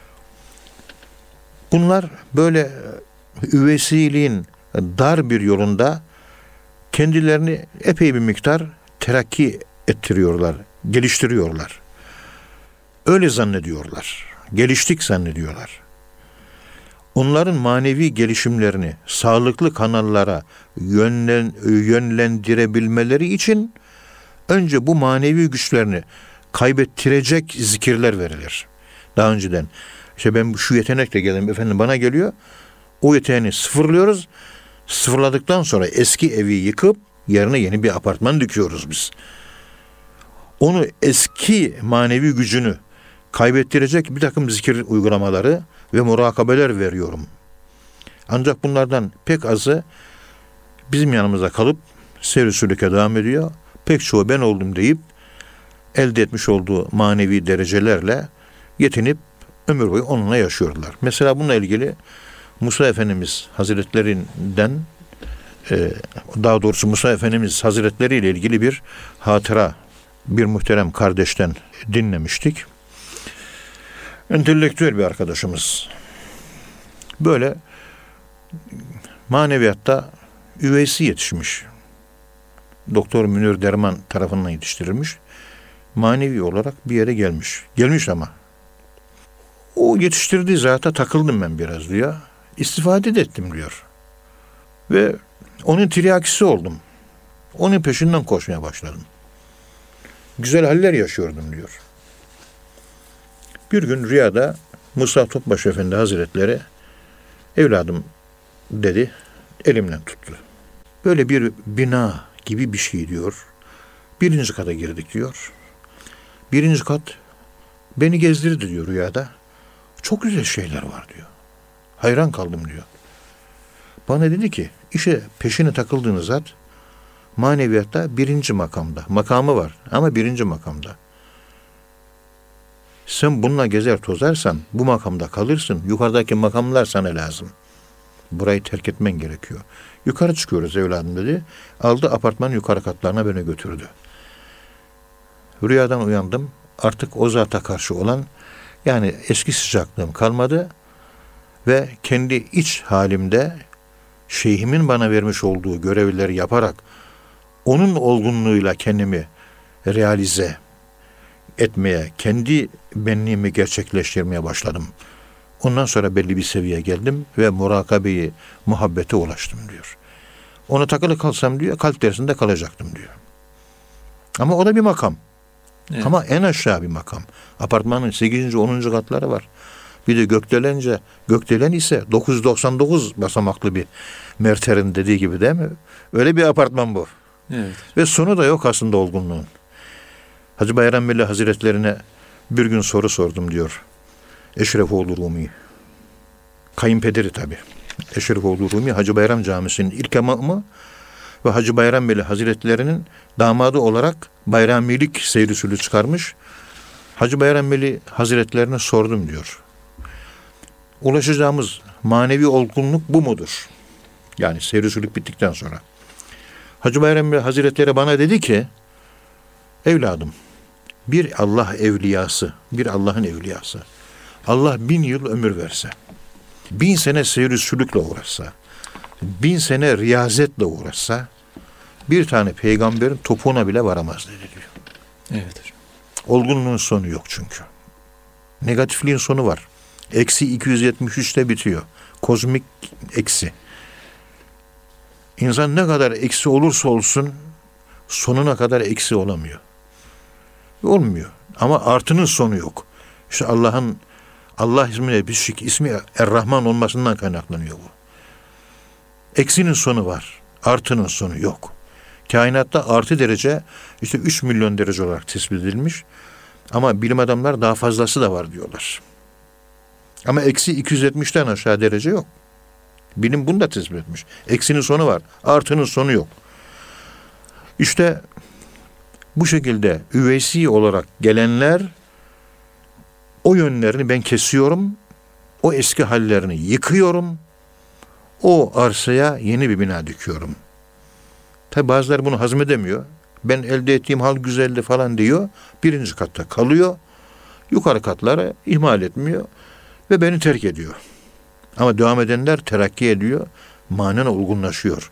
Bunlar böyle üvesiliğin dar bir yolunda kendilerini epey bir miktar terakki ettiriyorlar, geliştiriyorlar. Öyle zannediyorlar. Geliştik zannediyorlar. Onların manevi gelişimlerini sağlıklı kanallara yönlendirebilmeleri için önce bu manevi güçlerini kaybettirecek zikirler verilir. Daha önceden işte ben şu yetenekle geldim efendim bana geliyor. O yeteneğini sıfırlıyoruz. Sıfırladıktan sonra eski evi yıkıp yerine yeni bir apartman dikiyoruz biz. Onu eski manevi gücünü kaybettirecek bir takım zikir uygulamaları ve murakabeler veriyorum. Ancak bunlardan pek azı bizim yanımıza kalıp seyr-i sülüke devam ediyor. Pek çoğu ben oldum deyip elde etmiş olduğu manevi derecelerle yetinip ömür boyu onunla yaşıyorlar. Mesela bununla ilgili Musa Efendimiz Hazretlerinden daha doğrusu Musa Efendimiz Hazretleri ile ilgili bir hatıra bir muhterem kardeşten dinlemiştik. Entelektüel bir arkadaşımız. Böyle maneviyatta üveysi yetişmiş. Doktor Münir Derman tarafından yetiştirilmiş. Manevi olarak bir yere gelmiş. Gelmiş ama. O yetiştirdiği zata takıldım ben biraz diyor. İstifade de ettim diyor. Ve onun tiryakisi oldum. Onun peşinden koşmaya başladım. Güzel haller yaşıyordum diyor. Bir gün rüyada Musa Topbaş Efendi Hazretleri evladım dedi, elimden tuttu. Böyle bir bina gibi bir şey diyor. 1. kata girdik diyor. 1. kat beni gezdirdi diyor rüyada. Çok güzel şeyler var diyor. Hayran kaldım diyor. Bana dedi ki işe peşine takıldığınız zat maneviyatta 1. makamda. Makamı var ama 1. makamda. Sen bununla gezer tozarsan bu makamda kalırsın. Yukarıdaki makamlar sana lazım. Burayı terk etmen gerekiyor. Yukarı çıkıyoruz evladım dedi. Aldı apartmanın yukarı katlarına beni götürdü. Rüyadan uyandım. Artık o zata karşı olan yani eski sıcaklığım kalmadı. Ve kendi iç halimde şeyhimin bana vermiş olduğu görevleri yaparak onun olgunluğuyla kendimi realize etmeye, kendi benliğimi gerçekleştirmeye başladım. Ondan sonra belli bir seviyeye geldim ve murakabeyi, muhabbete ulaştım diyor. Ona takılı kalsam diyor, kalp dersinde kalacaktım diyor. Ama o da bir makam. Evet. Ama en aşağı bir makam. Apartmanın 8. 10. katları var. Bir de gökdelen ise 999 basamaklı bir merterin dediği gibi değil mi? Öyle bir apartman bu. Evet. Ve sonu da yok aslında olgunluğun. Hacı Bayram Veli Hazretlerine bir gün soru sordum diyor. Eşrefoğlu Rumi. Kayınpederi tabii. Eşrefoğlu Rumi Hacı Bayram Camisi'nin ilk imamı ve Hacı Bayram Veli Hazretlerinin damadı olarak bayramilik seyri sülü çıkarmış. Hacı Bayram Veli Hazretlerine sordum diyor. Ulaşacağımız manevi olgunluk bu mudur? Yani seyri sülük bittikten sonra. Hacı Bayram Veli Hazretleri bana dedi ki evladım bir Allah evliyası, bir Allah'ın evliyası. Allah 1000 yıl ömür verse, 1000 sene seyri sülükle uğraşsa, 1000 sene riyazetle uğraşsa, bir tane peygamberin topuğuna bile varamaz dedi diyor. Evet hocam. Olgunluğun sonu yok çünkü. Negatifliğin sonu var. Eksi 273'te bitiyor. Kozmik eksi. İnsan ne kadar eksi olursa olsun sonuna kadar eksi olamıyor. Olmuyor. Ama artının sonu yok. İşte Allah ismiyle bir ismi Er-Rahman olmasından kaynaklanıyor bu. Eksinin sonu var. Artının sonu yok. Kainatta artı derece işte 3 milyon derece olarak tespit edilmiş. Ama bilim adamlar daha fazlası da var diyorlar. Ama eksi 270'ten aşağı derece yok. Bilim bunu da tespit etmiş. Eksinin sonu var. Artının sonu yok. İşte bu şekilde üveysi olarak gelenler, o yönlerini ben kesiyorum. O eski hallerini yıkıyorum. O arsaya yeni bir bina dikiyorum. Tabi bazıları bunu hazmedemiyor. Ben elde ettiğim hal güzeldi falan diyor. Birinci katta kalıyor. Yukarı katları ihmal etmiyor. Ve beni terk ediyor. Ama devam edenler terakki ediyor. Manen olgunlaşıyor.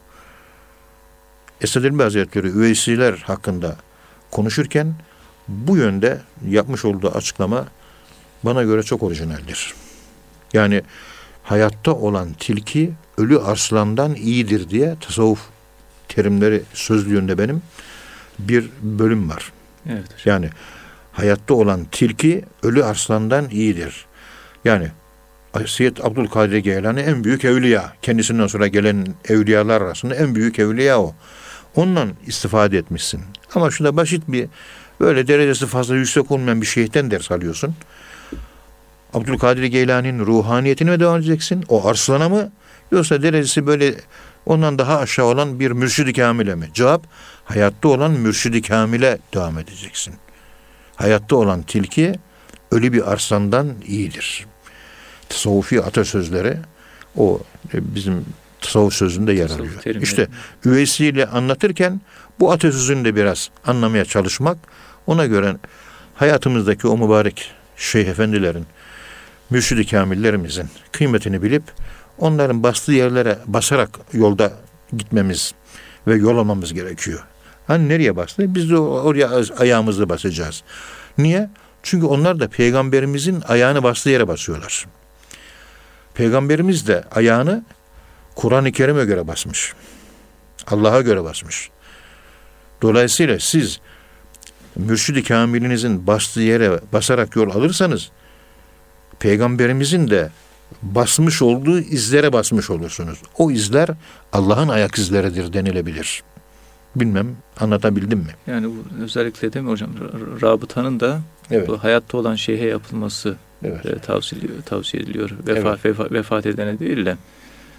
Esad Erbil Hazretleri üveysiler hakkında konuşurken bu yönde yapmış olduğu açıklama bana göre çok orijinaldir. Yani hayatta olan tilki ölü arslandan iyidir diye tasavvuf terimleri sözlüğünde benim bir bölüm var. Evet hocam. Yani hayatta olan tilki ölü arslandan iyidir. Yani Seyyid Abdülkadir Geylani en büyük evliya. Kendisinden sonra gelen evliyalar arasında en büyük evliya o. Ondan istifade etmişsin. Ama şurada basit bir böyle derecesi fazla yüksek olmayan bir şeyhten ders alıyorsun. Abdülkadir Geylani'nin ruhaniyetine mi devam edeceksin? O arslana mı? Yoksa derecesi böyle ondan daha aşağı olan bir mürşid-i kamile mi? Cevap, hayatta olan mürşid-i kamile devam edeceksin. Hayatta olan tilki ölü bir arslandan iyidir. Tasavvufi atasözleri o bizim tasavvuf sözünde yer alıyor. İşte üveysiyle anlatırken bu atasözünü de biraz anlamaya çalışmak, ona göre hayatımızdaki o mübarek şeyh efendilerin, mürşid-i kamillerimizin kıymetini bilip onların bastığı yerlere basarak yolda gitmemiz ve yol almamız gerekiyor. Hani nereye bastı? Biz de oraya ayağımızla basacağız. Niye? Çünkü onlar da peygamberimizin ayağını bastığı yere basıyorlar. Peygamberimiz de ayağını Kur'an-ı Kerim'e göre basmış. Allah'a göre basmış. Dolayısıyla siz mürşid-i kamilinizin bastığı yere basarak yol alırsanız Peygamberimizin de basmış olduğu izlere basmış olursunuz. O izler Allah'ın ayak izleridir denilebilir. Bilmem anlatabildim mi? Yani bu özellikle değil mi hocam? Rabıtanın da Evet. bu hayatta olan şeyhe yapılması Evet. tavsiye ediliyor. Evet. Vefat edene değil de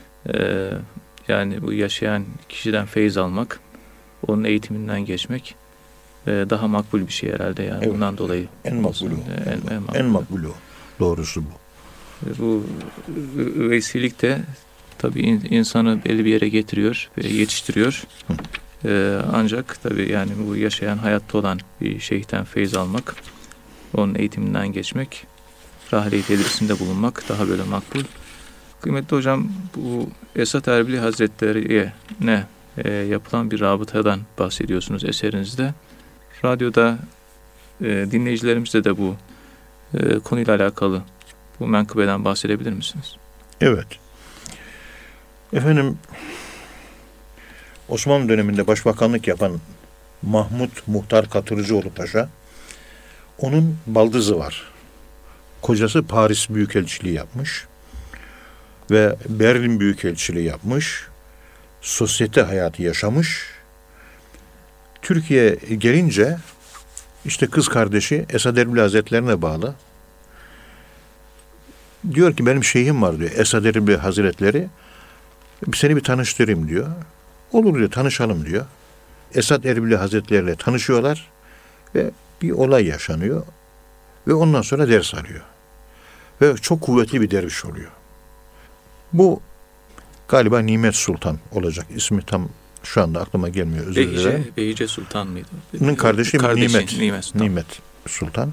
yani bu yaşayan kişiden feyiz almak, onun eğitiminden geçmek daha makbul bir şey herhalde yani. Evet. Bundan dolayı. En makbulü. makbulü. En makbulü. Doğrusu bu. Bu üveysilik de tabii insanı belli bir yere getiriyor ve yetiştiriyor. Ancak tabii yani bu yaşayan, hayatta olan bir şeyhten feyiz almak, onun eğitiminden geçmek, rahle-i tedrisinde bulunmak daha böyle makbul. Kıymetli hocam, bu Esad Erbili Hazretleri'ne yapılan bir rabıtadan bahsediyorsunuz eserinizde. Radyoda dinleyicilerimizle de bu konuyla alakalı bu menkıbeden bahsedebilir misiniz? Evet. Efendim, Osmanlı döneminde başbakanlık yapan Mahmut Muhtar Katırcıoğlu Paşa, onun baldızı var. Kocası Paris Büyükelçiliği yapmış ve Berlin Büyükelçiliği yapmış. Sosyete hayatı yaşamış. Türkiye gelince işte kız kardeşi Esad Erbil Hazretlerine bağlı. Diyor ki benim şeyhim var diyor. Esad Erbil Hazretleri. Seni bir tanıştırayım diyor. Olur diyor, tanışalım diyor. Esad Erbil Hazretleri ile tanışıyorlar ve bir olay yaşanıyor ve ondan sonra ders alıyor. Ve çok kuvvetli bir derviş oluyor. Bu galiba Nimet Sultan olacak. İsmi tam şu anda aklıma gelmiyor. Özür dilerim. Behice Sultan mıydı? Kardeşi Nimet Sultan.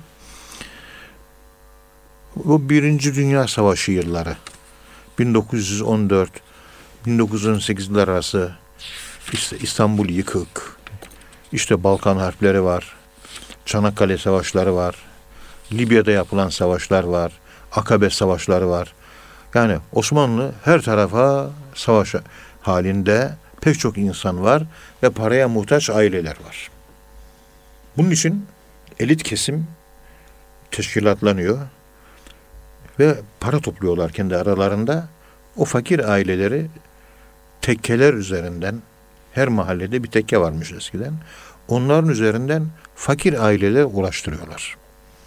Bu Birinci Dünya Savaşı yılları. 1914 1918'ler arası işte İstanbul yıkık. İşte Balkan harpleri var. Çanakkale savaşları var. Libya'da yapılan savaşlar var. Akabe savaşları var. Yani Osmanlı her tarafa savaş halinde, pek çok insan var ve paraya muhtaç aileler var. Bunun için elit kesim teşkilatlanıyor ve para topluyorlar kendi aralarında. O fakir aileleri tekkeler üzerinden Her mahallede bir tekke varmış eskiden. Onların üzerinden fakir ailelere ulaştırıyorlar.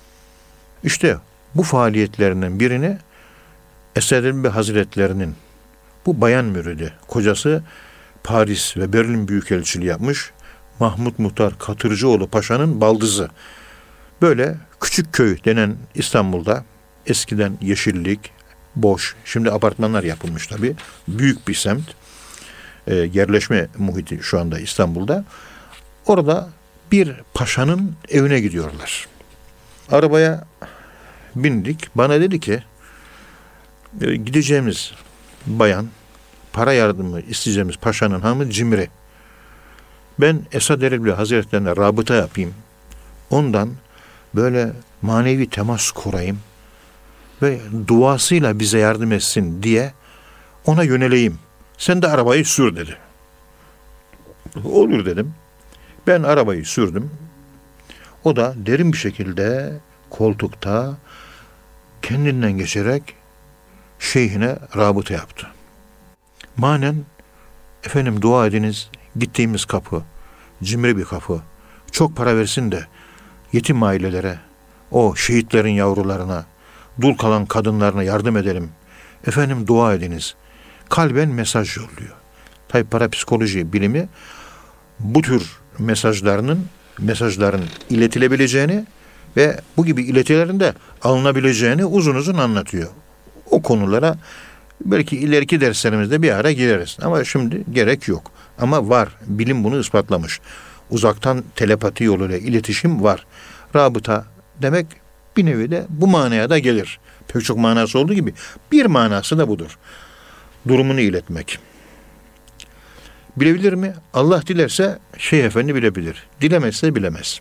İşte bu faaliyetlerinden birini Esad Erbil Hazretlerinin bu bayan müridi, kocası Paris ve Berlin Büyükelçiliği yapmış Mahmut Muhtar Katırcıoğlu Paşa'nın baldızı. Böyle küçük köy denen İstanbul'da eskiden yeşillik, boş, şimdi apartmanlar yapılmış tabii. Büyük bir semt, yerleşme muhiti şu anda İstanbul'da. Orada bir paşanın evine gidiyorlar. Arabaya bindik. Bana dedi ki gideceğimiz bayan, para yardımı isteyeceğimiz paşanın hanımı Cimri. Ben Esad Erbil Hazretlerine rabıta yapayım. Ondan böyle manevi temas kurayım ve duasıyla bize yardım etsin diye ona yöneleyim. Sen de arabayı sür dedi. Olur dedim. Ben arabayı sürdüm. O da derin bir şekilde koltukta kendinden geçerek şeyhine rabıta yaptı. Manen efendim dua ediniz, gittiğimiz kapı cimri bir kapı. Çok para versin de yetim ailelere, o şehitlerin yavrularına, dul kalan kadınlarına yardım edelim. Efendim dua ediniz. Kalben mesaj yolluyor. Tabi parapsikoloji bilimi bu tür mesajların iletilebileceğini ve bu gibi iletilerin de alınabileceğini uzun uzun anlatıyor. O konulara belki ileriki derslerimizde bir ara gireriz. Ama şimdi gerek yok. Ama var. Bilim bunu ispatlamış. Uzaktan telepati yoluyla iletişim var. Rabıta demek bir nevi de bu manaya da gelir. Pek çok manası olduğu gibi bir manası da budur. Durumunu iletmek. Bilebilir mi? Allah dilerse Şeyh Efendi bilebilir. Dilemezse bilemez.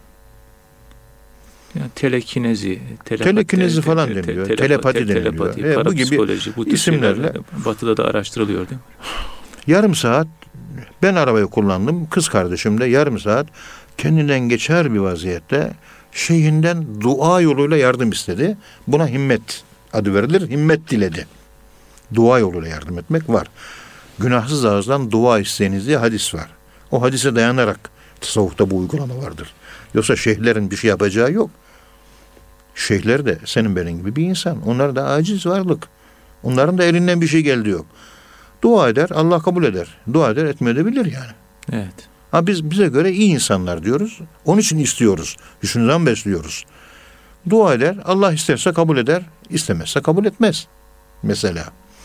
Yani telekinezi falan deniliyor. Telepati deniliyor. Bu gibi bu isimlerle Batı'da da araştırılıyor değil mi? Yarım saat ben arabayı kullandım. Kız kardeşim de yarım saat kendinden geçer bir vaziyette şeyhinden dua yoluyla yardım istedi. Buna himmet adı verilir. Himmet diledi. Dua yoluyla yardım etmek var. Günahsız ağızdan dua isteyiniz diye hadis var. O hadise dayanarak tasavvufta bu uygulama vardır. Yoksa şeyhlerin bir şey yapacağı yok. Şeyhler de senin benim gibi bir insan. Onlar da aciz varlık. Onların da elinden bir şey geldi yok. Dua eder, Allah kabul eder. Dua eder, etmeyebilir yani. Evet. Ha bize göre iyi insanlar diyoruz. Onun için istiyoruz. Düşünden besliyoruz. Dua eder, Allah isterse kabul eder, istemezse kabul etmez. Mesela.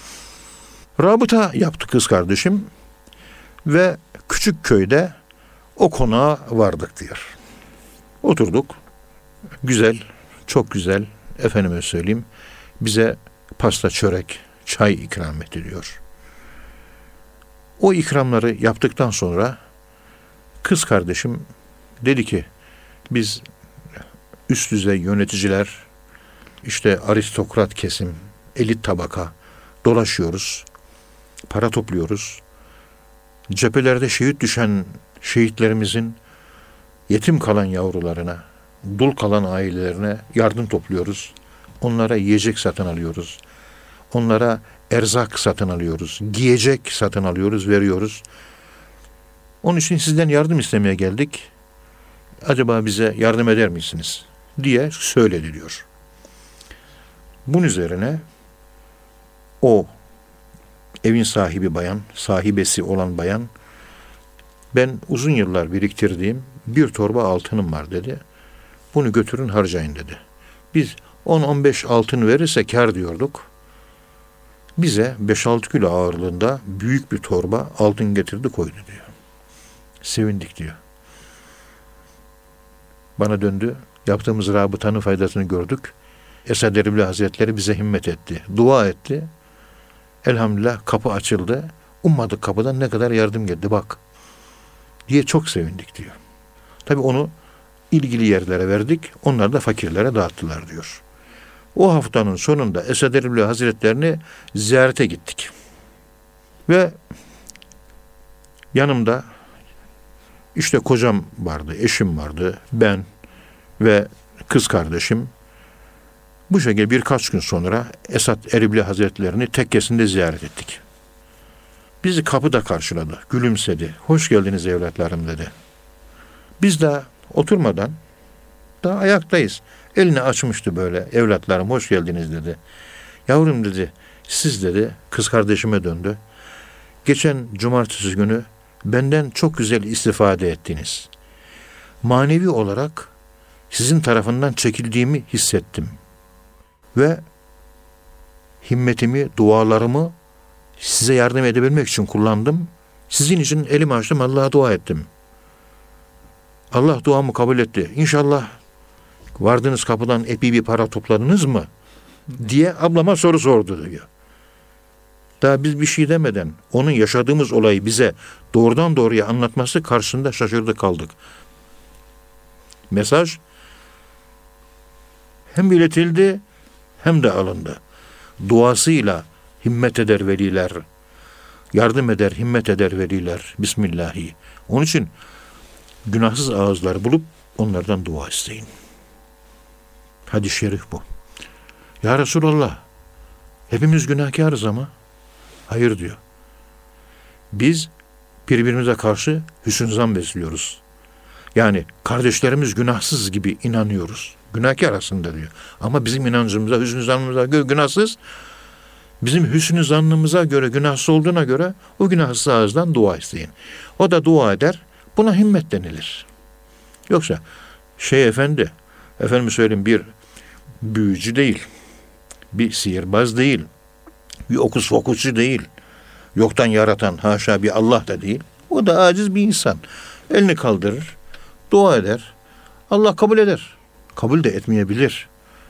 Rabıta yaptı kız kardeşim ve küçük köyde o konağa vardık diyor. Oturduk. Güzel, çok güzel. Efendime söyleyeyim. Bize pasta, çörek, çay ikram ediliyor. O ikramları yaptıktan sonra kız kardeşim dedi ki biz üst düzey yöneticiler, işte aristokrat kesim, elit tabaka dolaşıyoruz. Para topluyoruz. Cephelerde şehit düşen şehitlerimizin yetim kalan yavrularına, dul kalan ailelerine yardım topluyoruz. Onlara yiyecek satın alıyoruz. Onlara erzak satın alıyoruz. Giyecek satın alıyoruz, veriyoruz. Onun için sizden yardım istemeye geldik. Acaba bize yardım eder misiniz? Diye söyledi diyor. Bunun üzerine o evin sahibi bayan, sahibesi olan bayan, ben uzun yıllar biriktirdiğim bir torba altınım var dedi. Bunu götürün harcayın dedi. Biz 10-15 altın verirse kar diyorduk. Bize 5-6 kilo ağırlığında büyük bir torba altın getirdi koydu diyor. Sevindik diyor. Bana döndü. Yaptığımız rabıtanın faydasını gördük. Esad Erbil Hazretleri bize himmet etti. Dua etti. Elhamdülillah kapı açıldı. Ummadık kapıdan ne kadar yardım geldi bak. Diye çok sevindik diyor. Tabii onu ilgili yerlere verdik. Onlar da fakirlere dağıttılar diyor. O haftanın sonunda Esad Erbil Hazretlerini ziyarete gittik. Ve yanımda işte kocam vardı, eşim vardı, ben ve kız kardeşim. Bu şekilde birkaç gün sonra Esad Erbil Hazretlerini tekkesinde ziyaret ettik. Bizi kapıda karşıladı, gülümsedi. Hoş geldiniz evlatlarım dedi. Biz de oturmadan daha ayaktayız. Elini açmıştı böyle. Evlatlarım hoş geldiniz dedi. Yavrum dedi, siz dedi, kız kardeşime döndü. Geçen cumartesi günü benden çok güzel istifade ettiniz. Manevi olarak sizin tarafından çekildiğimi hissettim. Ve himmetimi, dualarımı size yardım edebilmek için kullandım. Sizin için elimi açtım, Allah'a dua ettim. Allah duamı kabul etti. İnşallah vardığınız kapıdan epey bir para topladınız mı? Diye ablama soru sordu diyor. Daha biz bir şey demeden onun yaşadığımız olayı bize doğrudan doğruya anlatması karşısında şaşırdık kaldık. Mesaj hem iletildi hem de alındı. Duasıyla himmet eder veliler. Yardım eder, himmet eder veliler. Bismillahi. Onun için günahsız ağızlar bulup onlardan dua isteyin. Hadis-i şerif bu. Ya Resulallah, hepimiz günahkarız ama. Hayır diyor. Biz birbirimize karşı hüsn zan besliyoruz. Yani kardeşlerimiz günahsız gibi inanıyoruz. Günahkar aslında diyor. Ama bizim inancımıza, hüsn zannımıza göre günahsız. Bizim hüsn zannımıza göre günahsız olduğuna göre o günahsız ağızdan dua isteyin. O da dua eder. Buna himmet denilir. Yoksa efendim söyleyeyim, bir büyücü değil, bir sihirbaz değil, bir okus fokusçu değil, yoktan yaratan haşa bir Allah da değil. O da aciz bir insan. Elini kaldırır, dua eder. Allah kabul eder. Kabul de etmeyebilir.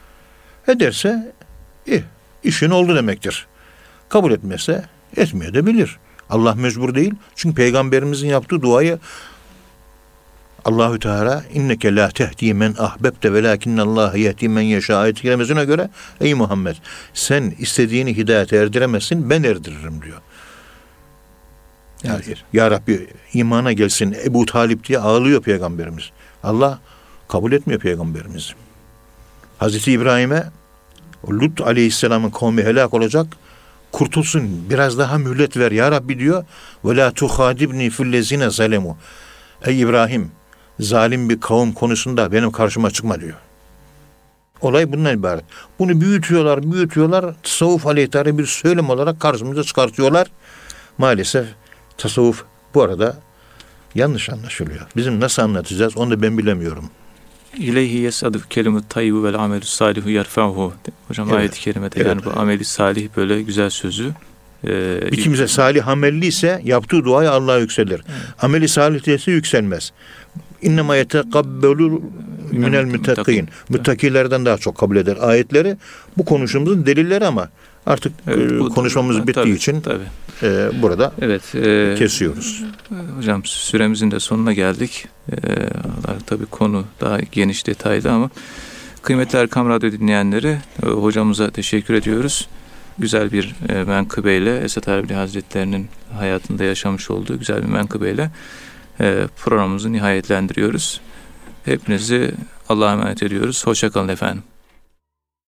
Ederse işin oldu demektir. Kabul etmezse etmeyebilir. Allah mecbur değil. Çünkü Peygamberimizin yaptığı duayı Allahü Teala inneke la tehdi men ahbebte velakinnallaha yehdi men yeşâ ayet-i kerimesine göre ey Muhammed, sen istediğini hidayete erdiremezsin, ben erdiririm diyor. Yani, evet. Ya Rabbi imana gelsin Ebu Talip diye ağlıyor Peygamberimiz. Allah kabul etmiyor Peygamberimizi. Hazreti İbrahim'e Lut Aleyhisselam'ın kavmi helak olacak, kurtulsun, biraz daha mühlet ver ya Rabbi diyor. Ve la tuhadibni fillezine zalemu. Ey İbrahim, zalim bir kavim konusunda benim karşıma çıkma diyor. Olay bundan ibaret. Bunu büyütüyorlar. Tasavvuf aleyhtarı bir söylem olarak karşımıza çıkartıyorlar. Maalesef tasavvuf bu arada yanlış anlaşılıyor. Bizim nasıl anlatacağız onu da ben bilemiyorum. İleyhi yes'adu kelimut tayyibu vel amelü salihu yerfa'hu. Hocam evet. Ayet-i kerimede evet. Yani bu ameli salih böyle güzel sözü. Bir kimse salih amelli ise yaptığı duaya Allah'a yükselir. Evet. Ameli salih ise yükselmez. İnnemâ yetekabbelu minel müttakîn. Müttakilerden daha çok kabul eder ayetleri. Bu konuşmamızın delilleri ama artık evet, konuşmamız bittiği için burada kesiyoruz. Hocam süremizin de sonuna geldik. Tabii konu daha geniş, detaylı ama kıymetli Erkam Radyo dinleyenleri, hocamıza teşekkür ediyoruz. Güzel bir menkıbeyle, Esat Erbil Hazretleri'nin hayatında yaşamış olduğu güzel bir menkıbeyle programımızı nihayetlendiriyoruz. Hepinizi Allah'a emanet ediyoruz. Hoşça kalın efendim.